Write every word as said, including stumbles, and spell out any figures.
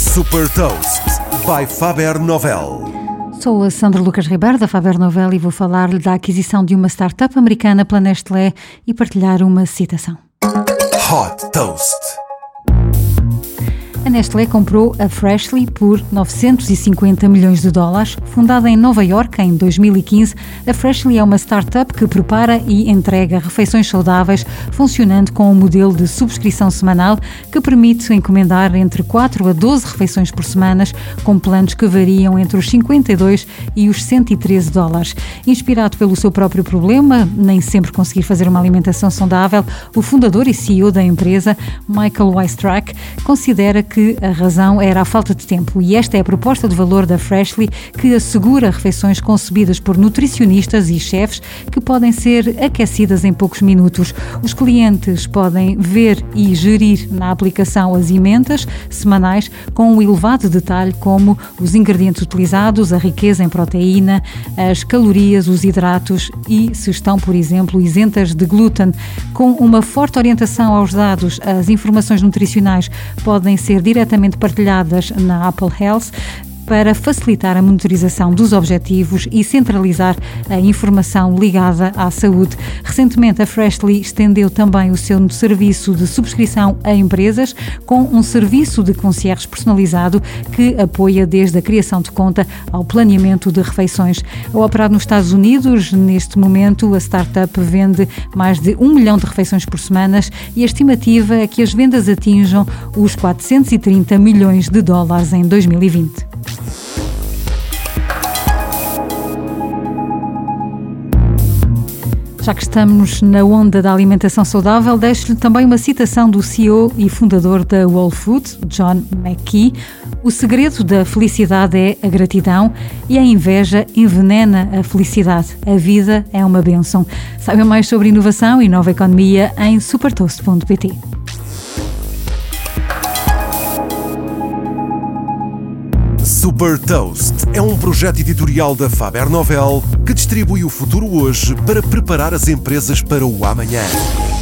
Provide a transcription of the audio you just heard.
Super Toast by Faber Novel. Sou a Sandra Lucas Ribeiro da Faber Novel e vou falar-lhe da aquisição de uma startup americana pela Nestlé e partilhar uma citação. Hot Toast. A Nestlé comprou a Freshly por novecentos e cinquenta milhões de dólares. Fundada em Nova Iorque em dois mil e quinze, a Freshly é uma startup que prepara e entrega refeições saudáveis, funcionando com um modelo de subscrição semanal que permite encomendar entre quatro a doze refeições por semana, com planos que variam entre os cinquenta e dois e os cento e treze dólares. Inspirado pelo seu próprio problema, nem sempre conseguir fazer uma alimentação saudável, o fundador e C E O da empresa, Michael Wystrach, considera que a razão era a falta de tempo, e esta é a proposta de valor da Freshly, que assegura refeições concebidas por nutricionistas e chefes que podem ser aquecidas em poucos minutos. Os clientes podem ver e gerir na aplicação as emendas semanais com um elevado detalhe, como os ingredientes utilizados, a riqueza em proteína, as calorias, os hidratos e se estão, por exemplo, isentas de glúten. Com uma forte orientação aos dados, as informações nutricionais podem ser diretamente partilhadas na Apple Health para facilitar a monitorização dos objetivos e centralizar a informação ligada à saúde. Recentemente, a Freshly estendeu também o seu serviço de subscrição a empresas com um serviço de concierge personalizado que apoia desde a criação de conta ao planeamento de refeições. Ao operar nos Estados Unidos, neste momento, a startup vende mais de um milhão de refeições por semana e a estimativa é que as vendas atinjam os quatrocentos e trinta milhões de dólares em dois mil e vinte. Já que estamos na onda da alimentação saudável, deixo-lhe também uma citação do C E O e fundador da Whole Foods, John McKee. O segredo da felicidade é a gratidão e a inveja envenena a felicidade. A vida é uma bênção. Saiba mais sobre inovação e nova economia em supertoast ponto pt. Super Toast é um projeto editorial da Faber Novel que distribui o futuro hoje para preparar as empresas para o amanhã.